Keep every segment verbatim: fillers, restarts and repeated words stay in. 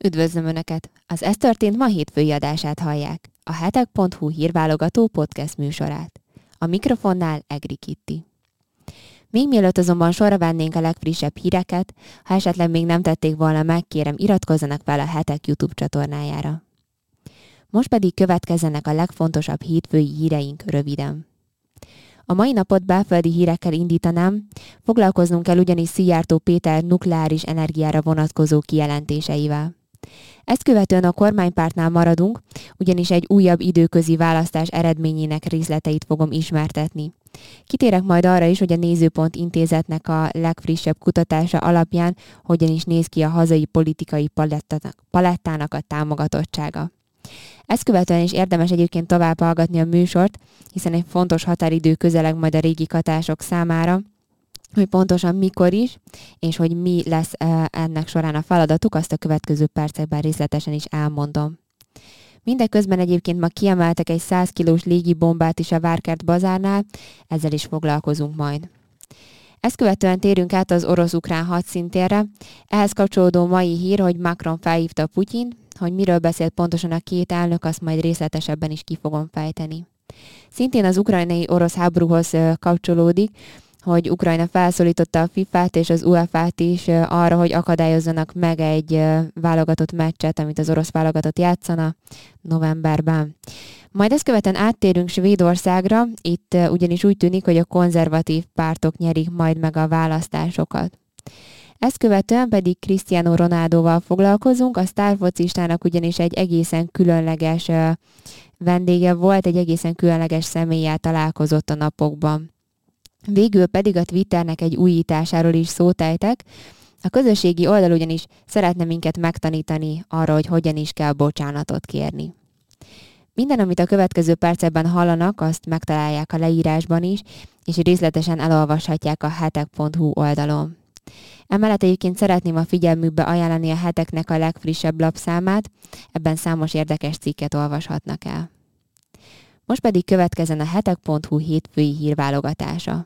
Üdvözlöm Önöket! Az Ez történt ma hétfői adását hallják, a hetek pont hu hírválogató podcast műsorát. A mikrofonnál Egri Kitti. Még mielőtt azonban sorra vennénk a legfrissebb híreket, ha esetleg még nem tették volna meg, kérem iratkozzanak fel a Hetek YouTube csatornájára. Most pedig következzenek a legfontosabb hétfői híreink röviden. A mai napot belföldi hírekkel indítanám, foglalkoznunk kell ugyanis Szijjártó Péter nukleáris energiára vonatkozó kijelentéseivel. Ezt követően a kormánypártnál maradunk, ugyanis egy újabb időközi választás eredményének részleteit fogom ismertetni. Kitérek majd arra is, hogy a Nézőpont Intézetnek a legfrissebb kutatása alapján hogyan is néz ki a hazai politikai palettának, palettának a támogatottsága. Ezt követően is érdemes egyébként tovább hallgatni a műsort, hiszen egy fontos határidő közeleg majd a régi katások számára, hogy pontosan mikor is, és hogy mi lesz ennek során a feladatuk, azt a következő percekben részletesen is elmondom. Mindeközben egyébként ma kiemeltek egy száz kilós légibombát is a Várkert bazárnál, ezzel is foglalkozunk majd. Ezt követően térünk át az orosz-ukrán hadszíntérre. Ehhez kapcsolódó mai hír, hogy Macron felhívta Putyint, hogy miről beszélt pontosan a két elnök, azt majd részletesebben is ki fogom fejteni. Szintén az ukrajnai orosz háborúhoz kapcsolódik, hogy Ukrajna felszólította a fifát és az uefát is arra, hogy akadályozzanak meg egy válogatott meccset, amit az orosz válogatott játszana novemberben. Majd ezt követően áttérünk Svédországra, itt ugyanis úgy tűnik, hogy a konzervatív pártok nyerik majd meg a választásokat. Ezt követően pedig Cristiano Ronaldoval foglalkozunk, a sztárfocistának ugyanis egy egészen különleges vendége volt, egy egészen különleges személlyel találkozott a napokban. Végül pedig a Twitternek egy újításáról is szót ejtek. A közösségi oldal ugyanis szeretne minket megtanítani arra, hogy hogyan is kell bocsánatot kérni. Minden, amit a következő percekben hallanak, azt megtalálják a leírásban is, és részletesen elolvashatják a hetek pont hu oldalon. Emellett egyébként szeretném a figyelmükbe ajánlani a Heteknek a legfrissebb lapszámát, ebben számos érdekes cikket olvashatnak el. Most pedig következzen a hetek pont hu hétfői hírválogatása.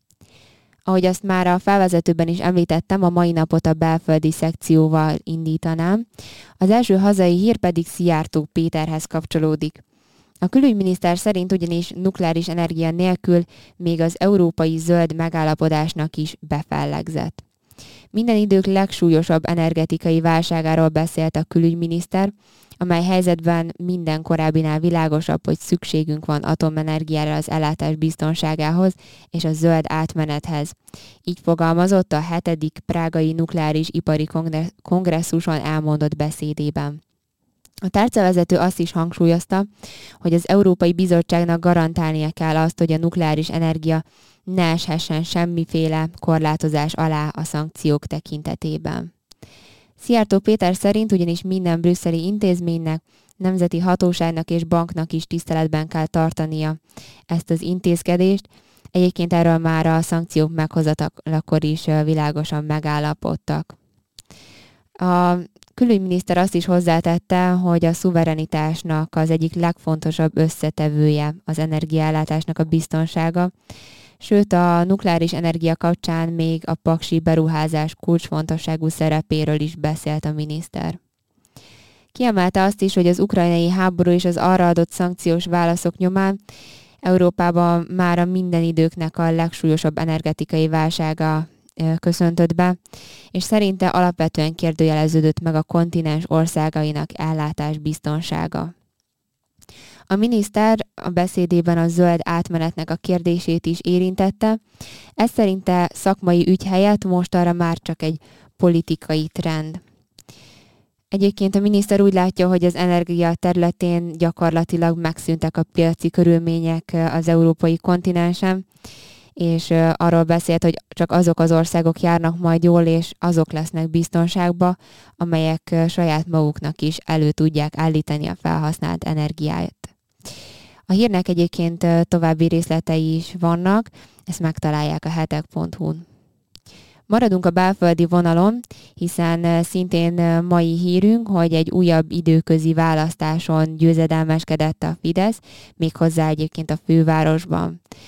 Ahogy azt már a felvezetőben is említettem, a mai napot a belföldi szekcióval indítanám. Az első hazai hír pedig Szijjártó Péterhez kapcsolódik. A külügyminiszter szerint ugyanis nukleáris energia nélkül még az európai zöld megállapodásnak is befellegzett. Minden idők legsúlyosabb energetikai válságáról beszélt a külügyminiszter, amely helyzetben minden korábbinál világosabb, hogy szükségünk van atomenergiára az ellátás biztonságához és a zöld átmenethez. Így fogalmazott a hetedik prágai nukleáris ipari kongresszuson elmondott beszédében. A tárcavezető azt is hangsúlyozta, hogy az Európai Bizottságnak garantálnia kell azt, hogy a nukleáris energia ne eshessen semmiféle korlátozás alá a szankciók tekintetében. Szijjártó Péter szerint ugyanis minden brüsszeli intézménynek, nemzeti hatóságnak és banknak is tiszteletben kell tartania ezt az intézkedést. Egyébként erről már a szankciók meghozatalakor is világosan megállapodtak. A külügyminiszter azt is hozzátette, hogy a szuverenitásnak az egyik legfontosabb összetevője az energiaellátásnak a biztonsága, sőt a nukleáris energia kapcsán még a paksi beruházás kulcsfontosságú szerepéről is beszélt a miniszter. Kiemelte azt is, hogy az ukrajnai háború és az arra adott szankciós válaszok nyomán Európában már a minden időknek a legsúlyosabb energetikai válsága köszöntött be, és szerinte alapvetően kérdőjeleződött meg a kontinens országainak ellátás biztonsága. A miniszter a beszédében a zöld átmenetnek a kérdését is érintette. Ez szerinte szakmai ügy helyett mostanra már csak egy politikai trend. Egyébként a miniszter úgy látja, hogy az energia területén gyakorlatilag megszűntek a piaci körülmények az európai kontinensen, és arról beszélt, hogy csak azok az országok járnak majd jól, és azok lesznek biztonságban, amelyek saját maguknak is elő tudják állítani a felhasznált energiát. A hírnek egyébként további részletei is vannak, ezt megtalálják a hetek pont hu-n. Maradunk a belföldi vonalon, hiszen szintén mai hírünk, hogy egy újabb időközi választáson győzedelmeskedett a Fidesz, méghozzá egyébként a fővárosban.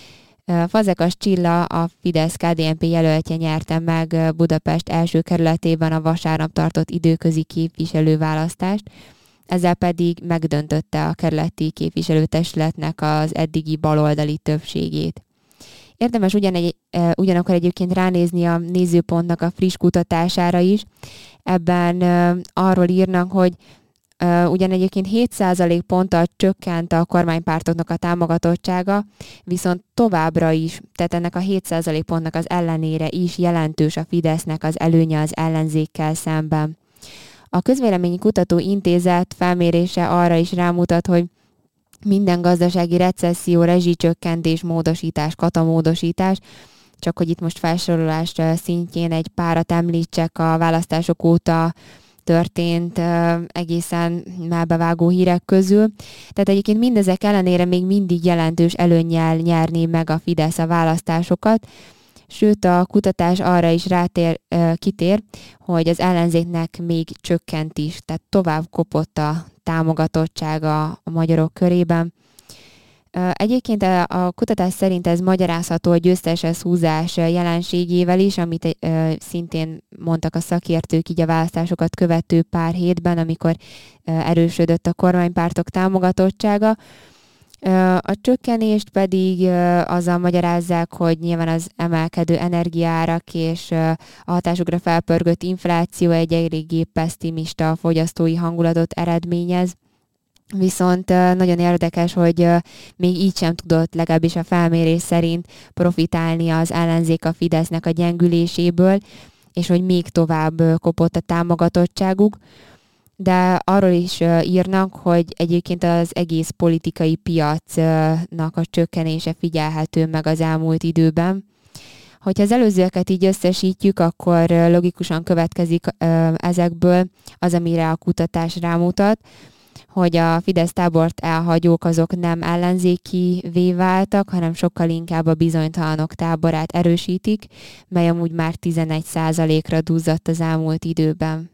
Fazekas Csilla, a Fidesz-ká dé en pé jelöltje nyerte meg Budapest első kerületében a vasárnap tartott időközi képviselőválasztást, ezzel pedig megdöntötte a kerületi képviselőtestületnek az eddigi baloldali többségét. Érdemes ugyanegy, ugyanakkor egyébként ránézni a Nézőpontnak a friss kutatására is. Ebben arról írnak, hogy ugyan egyébként hét százalék ponttal csökkent a kormánypártoknak a támogatottsága, viszont továbbra is, tehát ennek a hét százalék pontnak az ellenére is jelentős a Fidesznek az előnye az ellenzékkel szemben. A Közvéleményi Kutató Intézet felmérése arra is rámutat, hogy minden gazdasági recesszió, rezsicsökkentés, módosítás, katamódosítás, csak hogy itt most felsorolás szintjén egy párat említsek a választások óta történt egészen már bevágó hírek közül. Tehát egyébként mindezek ellenére még mindig jelentős előnnyel nyerné meg a Fidesz a választásokat, sőt a kutatás arra is rátér, kitér, hogy az ellenzéknek még csökkent is, tehát tovább kopott a támogatottsága a magyarok körében. Egyébként a kutatás szerint ez magyarázható a győzteses húzás jelenségével is, amit szintén mondtak a szakértők így a választásokat követő pár hétben, amikor erősödött a kormánypártok támogatottsága. A csökkenést pedig azzal magyarázzák, hogy nyilván az emelkedő energiaárak és a hatásukra felpörgött infláció egy eléggé pesszimista fogyasztói hangulatot eredményez. Viszont nagyon érdekes, hogy még így sem tudott, legalábbis a felmérés szerint profitálni az ellenzék a Fidesznek a gyengüléséből, és hogy még tovább kopott a támogatottságuk. De arról is írnak, hogy egyébként az egész politikai piacnak a csökkenése figyelhető meg az elmúlt időben. Hogyha az előzőeket így összesítjük, akkor logikusan következik ezekből az, amire a kutatás rámutat, hogy a Fidesz tábort elhagyók azok nem ellenzékivé váltak, hanem sokkal inkább a bizonytalanok táborát erősítik, mely amúgy már tizenegy százalékra duzzadt az elmúlt időben.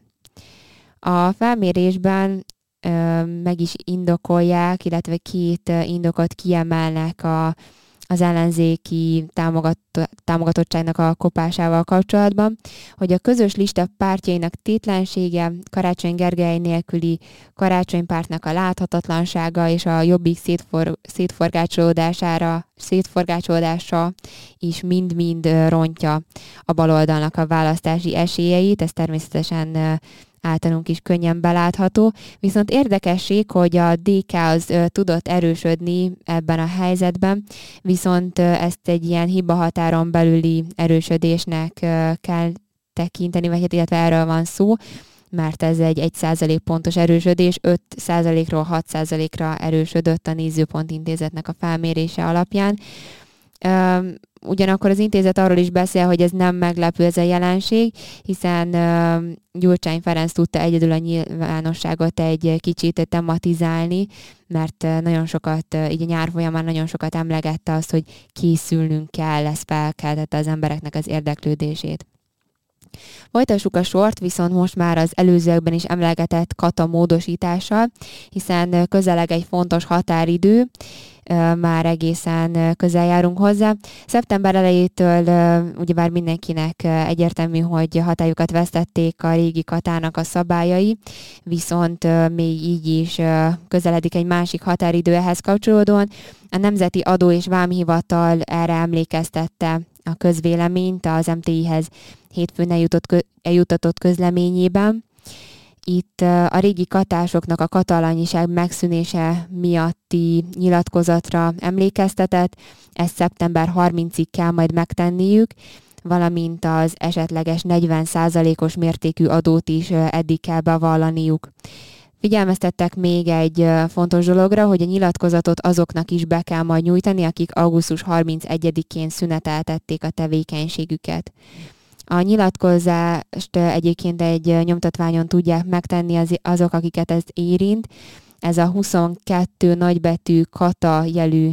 A felmérésben ö, meg is indokolják, illetve két indokot kiemelnek a, az ellenzéki támogat, támogatottságnak a kopásával kapcsolatban, hogy a közös lista pártjainak tétlensége, Karácsony Gergely nélküli Karácsonypártnak a láthatatlansága és a Jobbik szétfor, szétforgácsolódására, szétforgácsolódása is mind-mind rontja a baloldalnak a választási esélyeit. Ez természetesen általunk is könnyen belátható, viszont érdekesség, hogy a dé ká az ö, tudott erősödni ebben a helyzetben, viszont ö, ezt egy ilyen hibahatáron belüli erősödésnek ö, kell tekinteni, vagy illetve erről van szó, mert ez egy egy százalék pontos erősödés, öt százalékról hat százalékra erősödött a Nézőpont Intézetnek a felmérése alapján. Ö, Ugyanakkor az intézet arról is beszél, hogy ez nem meglepő ez a jelenség, hiszen uh, Gyurcsány Ferenc tudta egyedül a nyilvánosságot egy kicsit tematizálni, mert uh, nagyon sokat, uh, így a nyár folyamán nagyon sokat emlegette azt, hogy készülnünk kell, ez felkeltette az embereknek az érdeklődését. Folytassuk a sort, viszont most már az előzőekben is emlegetett kata módosítással, hiszen közeleg egy fontos határidő, már egészen közel járunk hozzá. Szeptember elejétől ugyebár mindenkinek egyértelmű, hogy hatályukat vesztették a régi katának a szabályai, viszont még így is közeledik egy másik határidő ehhez kapcsolódóan. A Nemzeti Adó és Vámhivatal erre emlékeztette a közvéleményt az em té i-hez hétfőn eljutott, eljutatott közleményében. Itt a régi katásoknak a katalanyiság megszűnése miatti nyilatkozatra emlékeztetett, ezt szeptember harmincadikáig kell majd megtenniük, valamint az esetleges negyven százalékos mértékű adót is eddig kell bevallaniuk. Figyelmeztettek még egy fontos dologra, hogy a nyilatkozatot azoknak is be kell majd nyújtani, akik augusztus harmincegyedikén szüneteltették a tevékenységüket. A nyilatkozást egyébként egy nyomtatványon tudják megtenni az, azok, akiket ez érint. Ez a huszonkettő nagybetű kata jelű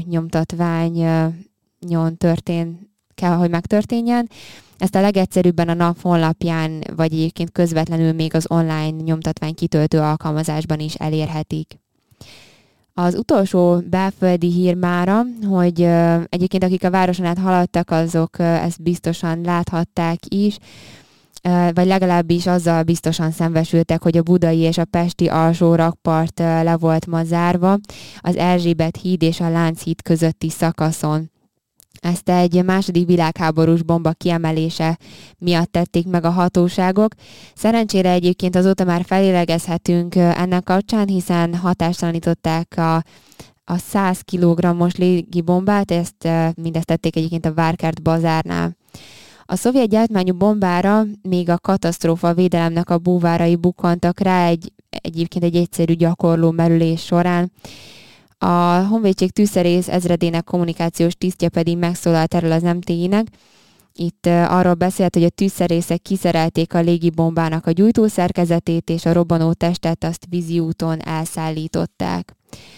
nyomtatványon történ, kell, hogy megtörténjen. Ezt a legegyszerűbben a nap honlapján, vagy egyébként közvetlenül még az online nyomtatvány kitöltő alkalmazásban is elérhetik. Az utolsó belföldi hír mára, hogy egyébként akik a városon át haladtak, azok ezt biztosan láthatták is, vagy legalábbis azzal biztosan szembesültek, hogy a budai és a pesti alsó rakpart le volt ma zárva az Erzsébet híd és a Lánchíd közötti szakaszon. Ezt egy második világháborús bomba kiemelése miatt tették meg a hatóságok. Szerencsére egyébként azóta már felélegezhetünk ennek kapcsán, hiszen hatástalanították a, a száz kilogrammos légibombát, ezt mindezt tették egyébként a Várkert bazárnál. A szovjet gyártmányú bombára még a katasztrófa védelemnek a búvárai bukkantak rá egy, egyébként egy egyszerű gyakorló merülés során. A Honvédség tűzszerész ezredének kommunikációs tisztje pedig megszólalt erről az em té i-nek. Itt arról beszélt, hogy a tűzszerészek kiszerelték a légibombának a gyújtószerkezetét, és a robbanó testet azt vízi úton elszállították.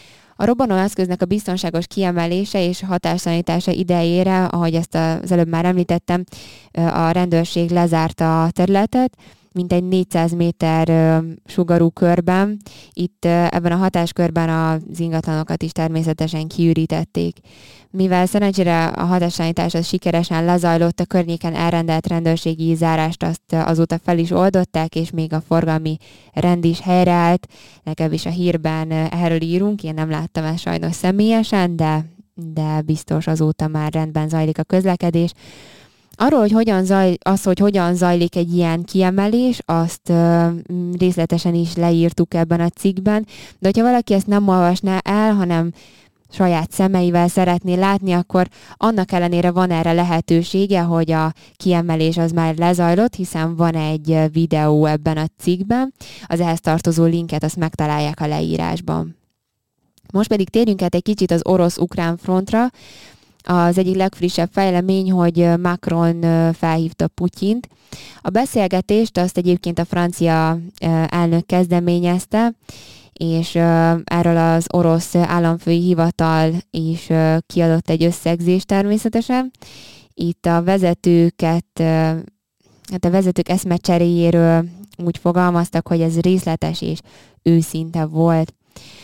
A robbanó eszköznek a biztonságos kiemelése és hatástalanítása idejére, ahogy ezt az előbb már említettem, a rendőrség lezárta a területet, mintegy négyszáz méter sugarú körben. Itt ebben a hatáskörben az ingatlanokat is természetesen kiürítették. Mivel szerencsére a hatástalanítás az sikeresen lezajlott, a környéken elrendelt rendőrségi zárást azt azóta fel is oldották, és még a forgalmi rend is helyreállt. Legalábbis a hírben erről írunk, én nem láttam ezt sajnos személyesen, de, de biztos azóta már rendben zajlik a közlekedés. Arról, hogy hogyan zaj, az, hogy hogyan zajlik egy ilyen kiemelés, azt ö, részletesen is leírtuk ebben a cikkben, de hogyha valaki ezt nem olvasná el, hanem saját szemeivel szeretné látni, akkor annak ellenére van erre lehetősége, hogy a kiemelés az már lezajlott, hiszen van egy videó ebben a cikkben, az ehhez tartozó linket azt megtalálják a leírásban. Most pedig térjünk át egy kicsit az orosz-ukrán frontra. Az egyik legfrissebb fejlemény, hogy Macron felhívta Putyint. A beszélgetést azt egyébként a francia elnök kezdeményezte, és erről az orosz államfői hivatal is kiadott egy összegzést természetesen. Itt a vezetőket, hát a vezetők eszmecseréjéről úgy fogalmaztak, hogy ez részletes és őszinte volt.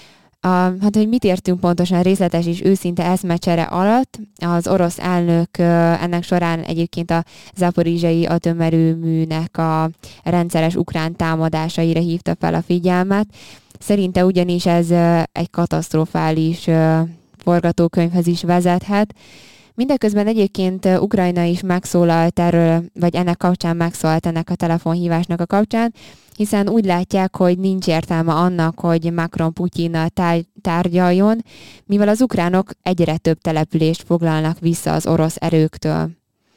A, hát, hogy mit értünk pontosan részletes és őszinte eszmecsere alatt, az orosz elnök ennek során egyébként a zaporizsai atomerőműnek a rendszeres ukrán támadásaira hívta fel a figyelmet. Szerinte ugyanis ez egy katasztrofális forgatókönyvhez is vezethet. Mindeközben egyébként Ukrajna is megszólalt erről, vagy ennek kapcsán megszólalt ennek a telefonhívásnak a kapcsán, hiszen úgy látják, hogy nincs értelme annak, hogy Macron Putyinnal tárgyaljon, mivel az ukránok egyre több települést foglalnak vissza az orosz erőktől.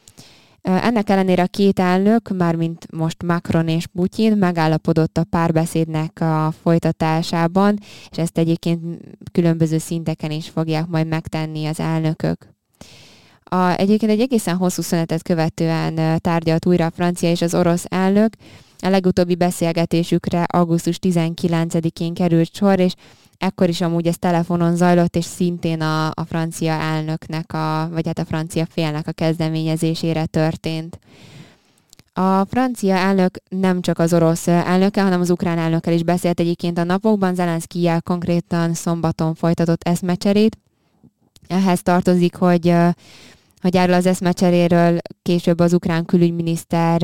Ennek ellenére a két elnök, mármint most Macron és Putyin megállapodott a párbeszédnek a folytatásában, és ezt egyébként különböző szinteken is fogják majd megtenni az elnökök. A, egyébként egy egészen hosszú szünetet követően tárgyalt újra a francia és az orosz elnök. A legutóbbi beszélgetésükre augusztus tizenkilencedikén került sor, és ekkor is amúgy ez telefonon zajlott, és szintén a, a francia elnöknek, a, vagy hát a francia félnek a kezdeményezésére történt. A francia elnök nem csak az orosz elnöke, hanem az ukrán elnökkel is beszélt egyébként a napokban. Zelenszkijjel konkrétan szombaton folytatott eszmecserét. Ehhez tartozik, hogy, hogy erről az eszmecseréről később az ukrán külügyminiszter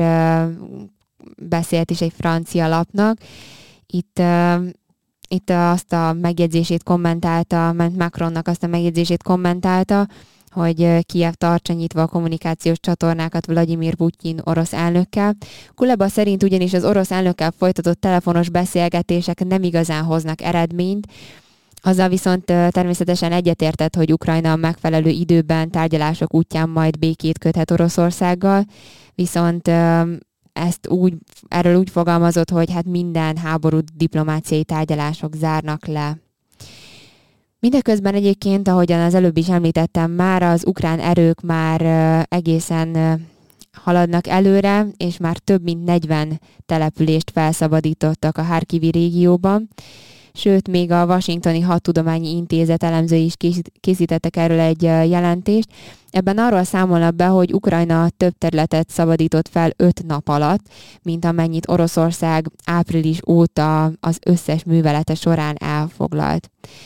beszélt is egy francia lapnak. Itt, itt azt a megjegyzését kommentálta, Macronnak azt a megjegyzését kommentálta, hogy Kijev tartsa nyitva a kommunikációs csatornákat Vladimir Putyin orosz elnökkel. Kuleba szerint ugyanis az orosz elnökkel folytatott telefonos beszélgetések nem igazán hoznak eredményt, azzal viszont természetesen egyetértett, hogy Ukrajna megfelelő időben tárgyalások útján majd békét köthet Oroszországgal, viszont ezt úgy, erről úgy fogalmazott, hogy hát minden háború diplomáciai tárgyalások zárnak le. Mindeközben egyébként, ahogyan az előbb is említettem már, az ukrán erők már egészen haladnak előre, és már több mint negyven települést felszabadítottak a Harkivi régióban. Sőt, még a Washingtoni Hadtudományi Intézet elemzői is készítettek erről egy jelentést. Ebben arról számolnak be, hogy Ukrajna több területet szabadított fel öt nap alatt, mint amennyit Oroszország április óta az összes művelete során elfoglalt.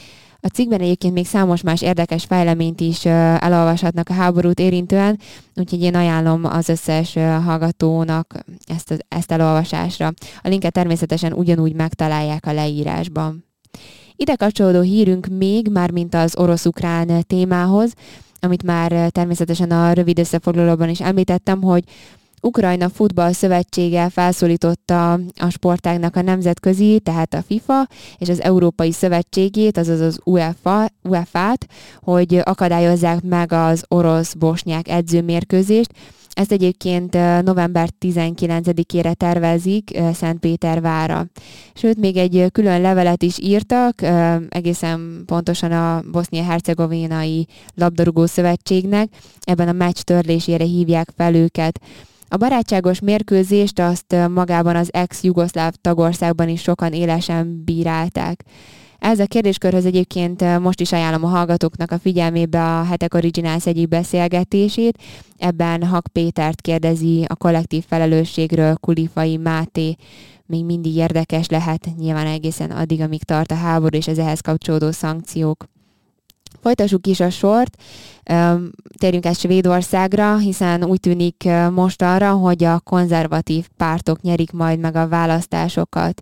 A cikkben egyébként még számos más érdekes fejleményt is elolvashatnak a háborút érintően, úgyhogy én ajánlom az összes hallgatónak ezt, ezt elolvasásra. A linket természetesen ugyanúgy megtalálják a leírásban. Ide kapcsolódó hírünk még, már mint az orosz-ukrán témához, amit már természetesen a rövid összefoglalóban is említettem, hogy Ukrajna Futball Szövetsége felszólította a sportágnak a nemzetközi, tehát a FIFA és az Európai Szövetségét, azaz az UEFA, u e fá á-t, hogy akadályozzák meg az orosz-bosnyák edzőmérkőzést. Ezt egyébként november tizenkilencedikére tervezik Szentpétervárra. Sőt, még egy külön levelet is írtak, egészen pontosan a bosznia-hercegovinai labdarúgó szövetségnek, ebben a meccs törlésére hívják fel őket. A barátságos mérkőzést azt magában az ex-jugoszláv tagországban is sokan élesen bírálták. Ez a kérdéskörhöz egyébként most is ajánlom a hallgatóknak a figyelmébe a Hetek Originals egyik beszélgetését. Ebben Hak Pétert kérdezi a kollektív felelősségről Kulifai Máté. Még mindig érdekes lehet, nyilván egészen addig, amíg tart a háború és az ehhez kapcsolódó szankciók. Folytassuk is a sort, térjünk át Svédországra, hiszen úgy tűnik most arra, hogy a konzervatív pártok nyerik majd meg a választásokat.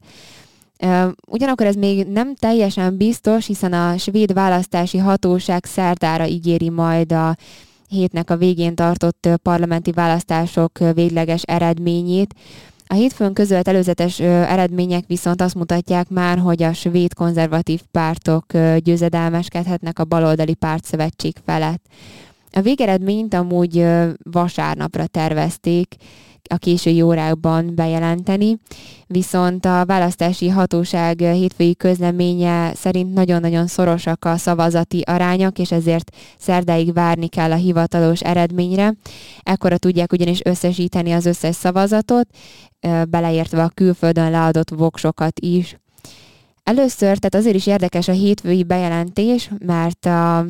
Ugyanakkor ez még nem teljesen biztos, hiszen a svéd választási hatóság szerdára ígéri majd a hétnek a végén tartott parlamenti választások végleges eredményét. A hétfőn közölt előzetes eredmények viszont azt mutatják már, hogy a svéd konzervatív pártok győzedelmeskedhetnek a baloldali pártszövetség felett. A végeredményt amúgy vasárnapra tervezték a késői órákban bejelenteni, viszont a választási hatóság hétfői közleménye szerint nagyon-nagyon szorosak a szavazati arányok, és ezért szerdáig várni kell a hivatalos eredményre. Ekkora tudják ugyanis összesíteni az összes szavazatot, beleértve a külföldön leadott voksokat is. Először, tehát azért is érdekes a hétfői bejelentés, mert a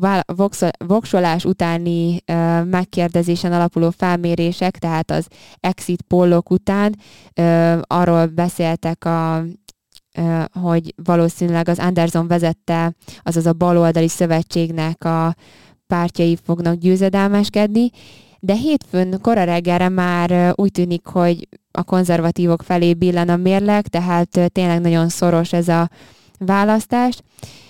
voksolás utáni megkérdezésen alapuló felmérések, tehát az exit pollok után arról beszéltek, a, hogy valószínűleg az Anderson vezette, azaz a baloldali szövetségnek a pártjai fognak győzedelmeskedni, de hétfőn kora reggelre már úgy tűnik, hogy a konzervatívok felé billen a mérleg, tehát tényleg nagyon szoros ez a választás.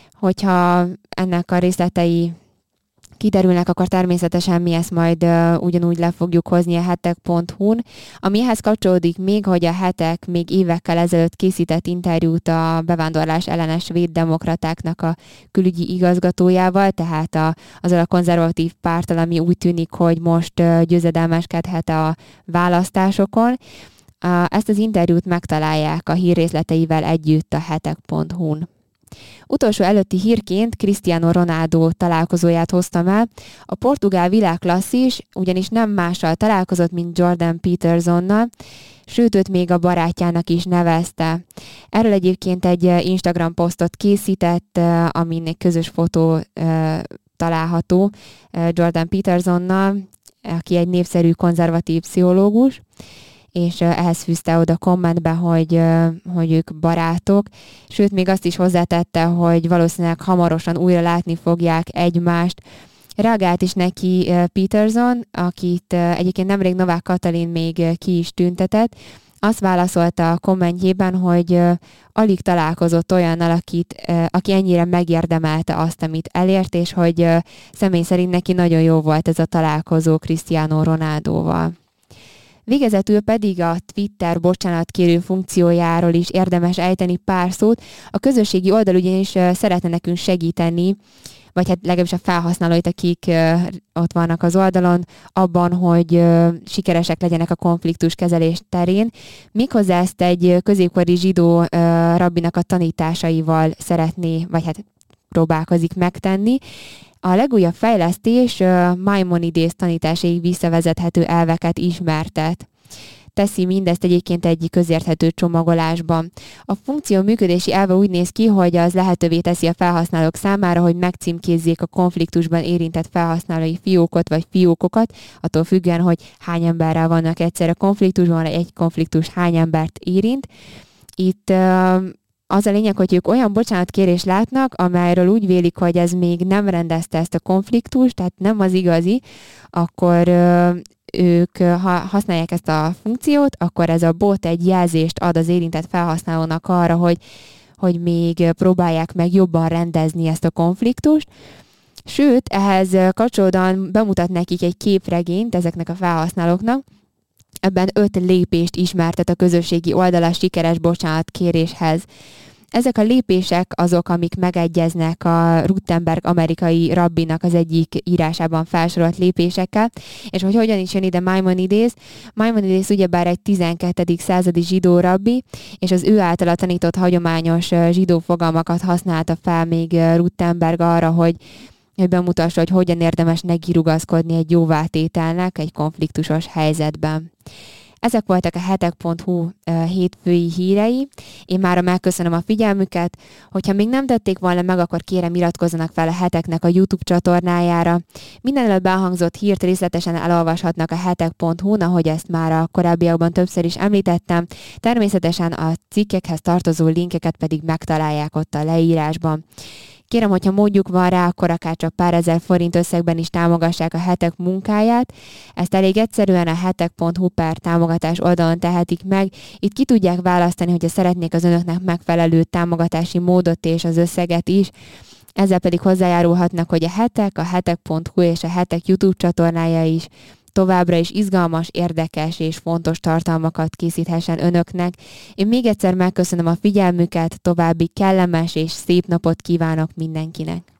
Hogyha ennek a részletei kiderülnek, akkor természetesen mi ezt majd uh, ugyanúgy le fogjuk hozni a hetek pont hu-n. Ami ehhez kapcsolódik még, hogy a Hetek még évekkel ezelőtt készített interjút a bevándorlás ellenes svéd demokratáknak a külügyi igazgatójával, tehát a, azzal a konzervatív párttal, ami úgy tűnik, hogy most uh, győzedelmeskedhet a választásokon. Uh, ezt az interjút megtalálják a hírrészleteivel együtt a hetek pont hu-n. Utolsó előtti hírként Cristiano Ronaldo találkozóját hoztam el. A portugál világklasszis ugyanis nem mással találkozott, mint Jordan Petersonnal, sőt, őt még a barátjának is nevezte. Erről egyébként egy Instagram posztot készített, amin egy közös fotó található Jordan Petersonnal, aki egy népszerű konzervatív pszichológus, és ehhez fűzte oda kommentbe, hogy, hogy ők barátok, sőt, még azt is hozzátette, hogy valószínűleg hamarosan újra látni fogják egymást. Reagált is neki Peterson, akit egyébként nemrég Novák Katalin még ki is tüntetett. Azt válaszolta a kommentjében, hogy alig találkozott olyannal, akit, aki ennyire megérdemelte azt, amit elért, és hogy személy szerint neki nagyon jó volt ez a találkozó Cristiano Ronaldóval. Végezetül pedig a Twitter bocsánatkérő funkciójáról is érdemes ejteni pár szót. A közösségi oldal ugyanis szeretne nekünk segíteni, vagy hát legalábbis a felhasználóit, akik ott vannak az oldalon, abban, hogy sikeresek legyenek a konfliktuskezelés terén. Méghozzá ezt egy középkori zsidó rabbinak a tanításaival szeretné, vagy hát próbálkozik megtenni. A legújabb fejlesztés Maimonides tanításaig visszavezethető elveket ismertet. Teszi mindezt egyébként egy közérthető csomagolásban. A funkció működési elve úgy néz ki, hogy az lehetővé teszi a felhasználók számára, hogy megcímkézzék a konfliktusban érintett felhasználói fiókot vagy fiókokat, attól függően, hogy hány emberrel vannak egyszerre konfliktusban, egy konfliktus hány embert érint. Itt Az a lényeg, hogy ők olyan bocsánatkérést látnak, amelyről úgy vélik, hogy ez még nem rendezte ezt a konfliktust, tehát nem az igazi, akkor ők ha használják ezt a funkciót, akkor ez a bot egy jelzést ad az érintett felhasználónak arra, hogy, hogy még próbálják meg jobban rendezni ezt a konfliktust. Sőt, ehhez kapcsolódóan bemutat nekik egy képregényt ezeknek a felhasználóknak. Ebben öt lépést ismertet a közösségi oldala sikeres bocsánatkéréshez. Ezek a lépések azok, amik megegyeznek a Rutenberg amerikai rabbinak az egyik írásában felsorolt lépésekkel, és hogy hogyan is jön ide Maimonides. Maimonides ugyebár egy tizenkettedik századi zsidó rabbi, és az ő általa tanított hagyományos zsidó fogalmakat használta fel még Rutenberg arra, hogy hogy bemutassa, hogy hogyan érdemes negirugaszkodni egy jóvátételnek egy konfliktusos helyzetben. Ezek voltak a hetek pont hu hétfői hírei. Én mára megköszönöm a figyelmüket. Hogyha még nem tették volna meg, akkor kérem iratkozzanak fel a Heteknek a YouTube csatornájára. Minden előbb elhangzott hírt részletesen elolvashatnak a hetek pont hu-n, ahogy ezt már a korábbiakban többször is említettem. Természetesen a cikkekhez tartozó linkeket pedig megtalálják ott a leírásban. Kérem, hogyha módjuk van rá, akkor akár csak pár ezer forint összegben is támogassák a Hetek munkáját. Ezt elég egyszerűen a hetek pont hu per támogatás oldalon tehetik meg. Itt ki tudják választani, hogyha szeretnék az önöknek megfelelő támogatási módot és az összeget is. Ezzel pedig hozzájárulhatnak, hogy a Hetek, a hetek pont hu és a Hetek YouTube csatornája is továbbra is izgalmas, érdekes és fontos tartalmakat készíthessen önöknek. Én még egyszer megköszönöm a figyelmüket, további kellemes és szép napot kívánok mindenkinek!